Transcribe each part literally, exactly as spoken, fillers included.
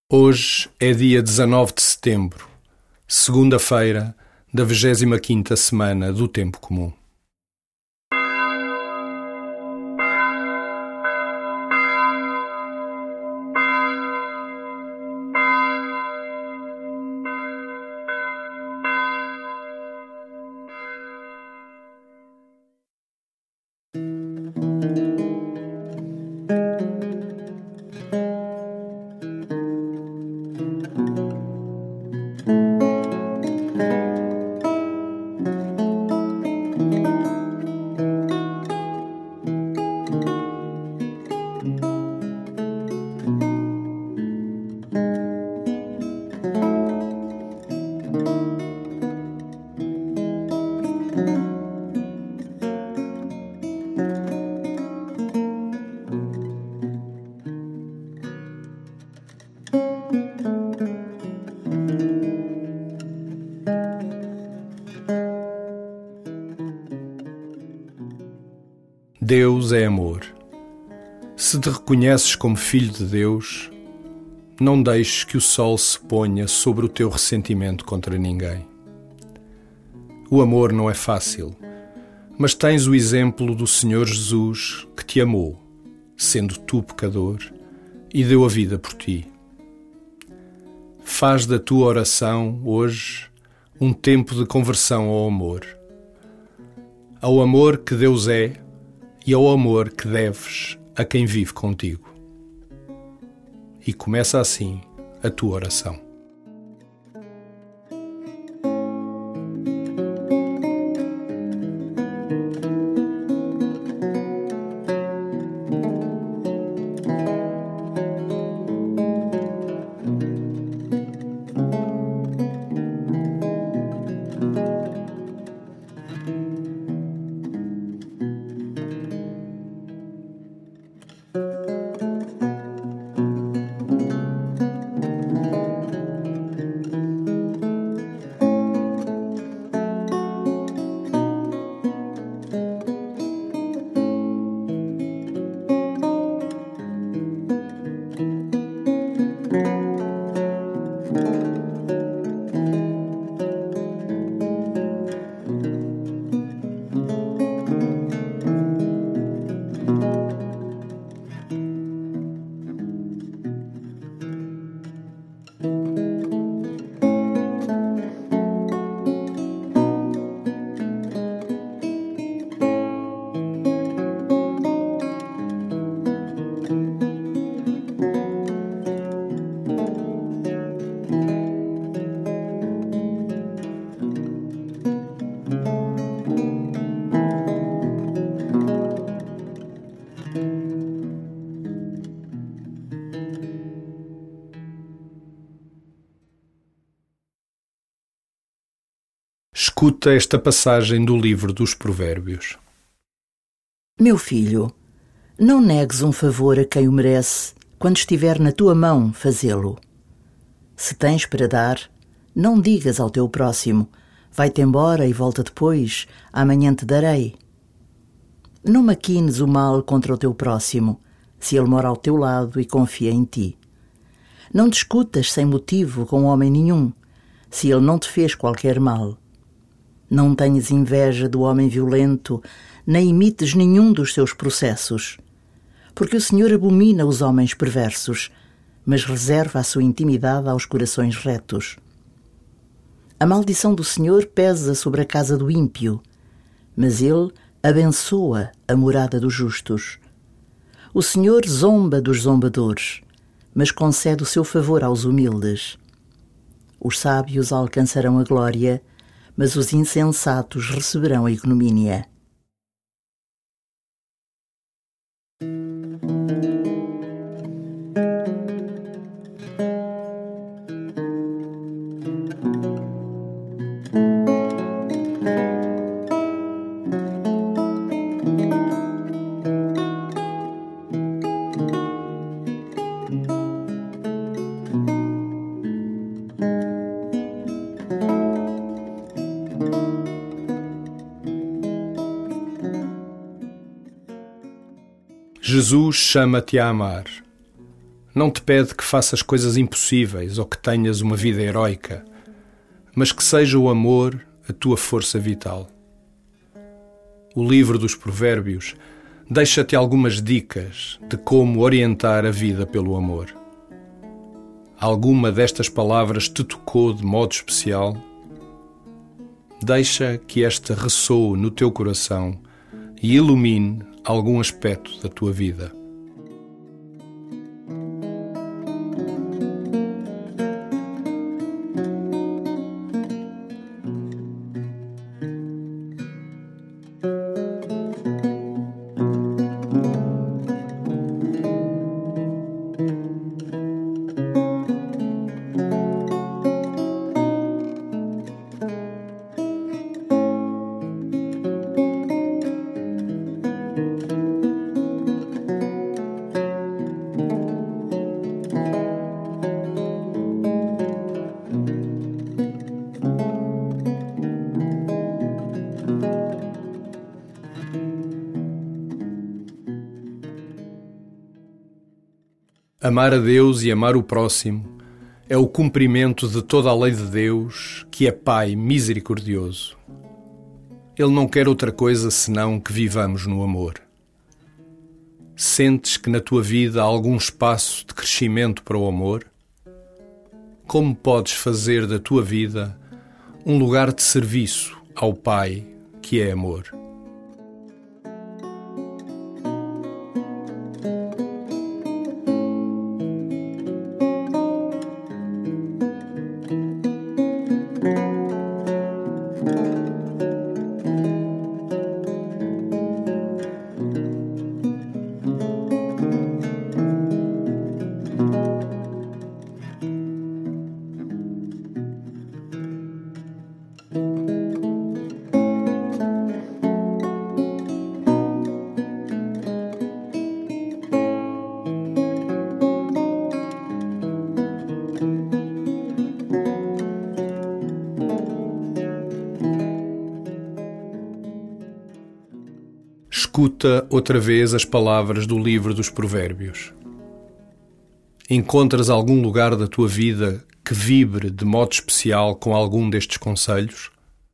Hoje é dia dezanove de setembro, segunda-feira da vigésima quinta semana do Tempo Comum. Deus é amor. Se te reconheces como filho de Deus, não deixes que o sol se ponha sobre o teu ressentimento contra ninguém. O amor não é fácil, mas tens o exemplo do Senhor Jesus que te amou, sendo tu pecador, e deu a vida por ti. Faz da tua oração, hoje, um tempo de conversão ao amor. Ao amor que Deus é e ao amor que deves a quem vive contigo. E começa assim a tua oração. Escuta esta passagem do livro dos Provérbios. Meu filho, não negues um favor a quem o merece, quando estiver na tua mão fazê-lo. Se tens para dar, não digas ao teu próximo, vai-te embora e volta depois, amanhã te darei. Não maquines o mal contra o teu próximo, se ele mora ao teu lado e confia em ti. Não discutas sem motivo com homem nenhum, se ele não te fez qualquer mal. Não tenhas inveja do homem violento, nem imites nenhum dos seus processos, porque o Senhor abomina os homens perversos, mas reserva a sua intimidade aos corações retos. A maldição do Senhor pesa sobre a casa do ímpio, mas ele abençoa a morada dos justos. O Senhor zomba dos zombadores, mas concede o seu favor aos humildes. Os sábios alcançarão a glória, mas os insensatos receberão a ignomínia. Jesus chama-te a amar. não te pede que faças coisas impossíveis ou que tenhas uma vida heroica, mas que seja o amor a tua força vital. O livro dos Provérbios deixa-te algumas dicas de como orientar a vida pelo amor. Alguma destas palavras te tocou de modo especial? Deixa que esta ressoe no teu coração e ilumine algum aspecto da tua vida. Amar a Deus e amar o próximo é o cumprimento de toda a lei de Deus, que é Pai misericordioso. Ele não quer outra coisa senão que vivamos no amor. Sentes que na tua vida há algum espaço de crescimento para o amor? Como podes fazer da tua vida um lugar de serviço ao Pai, que é amor? Escuta outra vez as palavras do livro dos Provérbios. Encontras algum lugar da tua vida que vibre de modo especial com algum destes conselhos?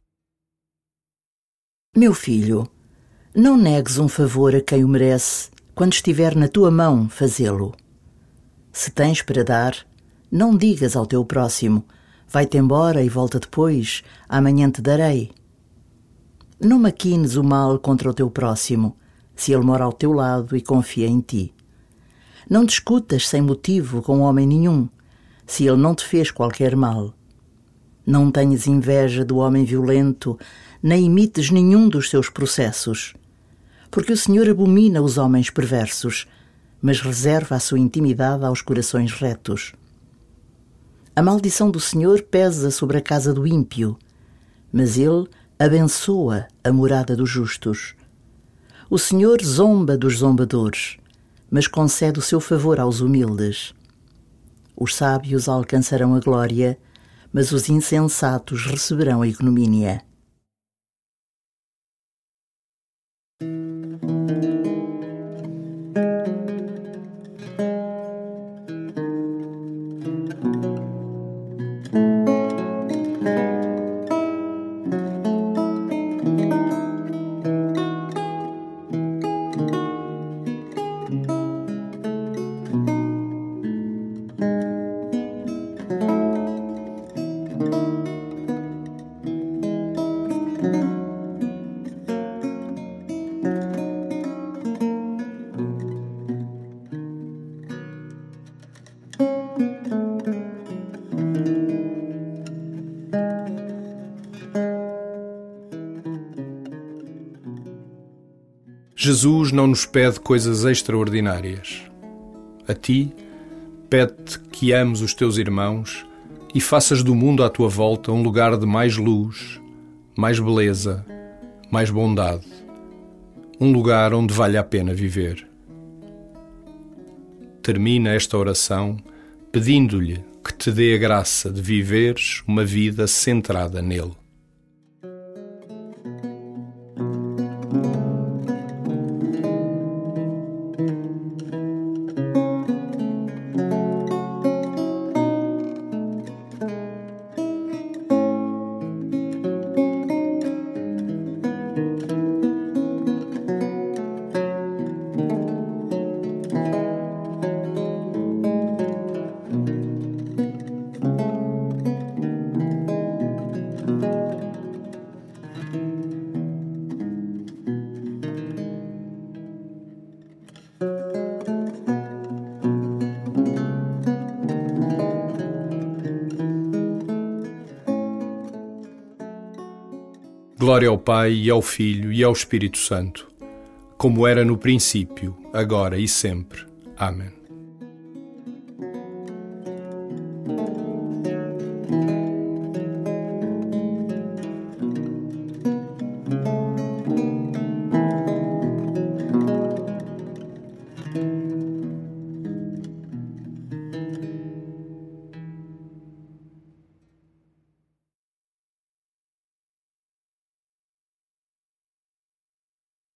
Meu filho, não negues um favor a quem o merece quando estiver na tua mão fazê-lo. Se tens para dar, não digas ao teu próximo: vai-te embora e volta depois, amanhã te darei. Não maquines o mal contra o teu próximo, se ele mora ao teu lado e confia em ti. Não discutas sem motivo com homem nenhum, se ele não te fez qualquer mal. Não tenhas inveja do homem violento, nem imites nenhum dos seus processos, porque o Senhor abomina os homens perversos, mas reserva a sua intimidade aos corações retos. A maldição do Senhor pesa sobre a casa do ímpio, mas ele abençoa a morada dos justos. O Senhor zomba dos zombadores, mas concede o seu favor aos humildes. Os sábios alcançarão a glória, mas os insensatos receberão a ignomínia. Jesus não nos pede coisas extraordinárias. A ti, pede-te que ames os teus irmãos e faças do mundo à tua volta um lugar de mais luz, mais beleza, mais bondade. Um lugar onde vale a pena viver. Termina esta oração pedindo-lhe que te dê a graça de viveres uma vida centrada nele. Glória ao Pai, e ao Filho, e ao Espírito Santo, como era no princípio, agora e sempre. Amém.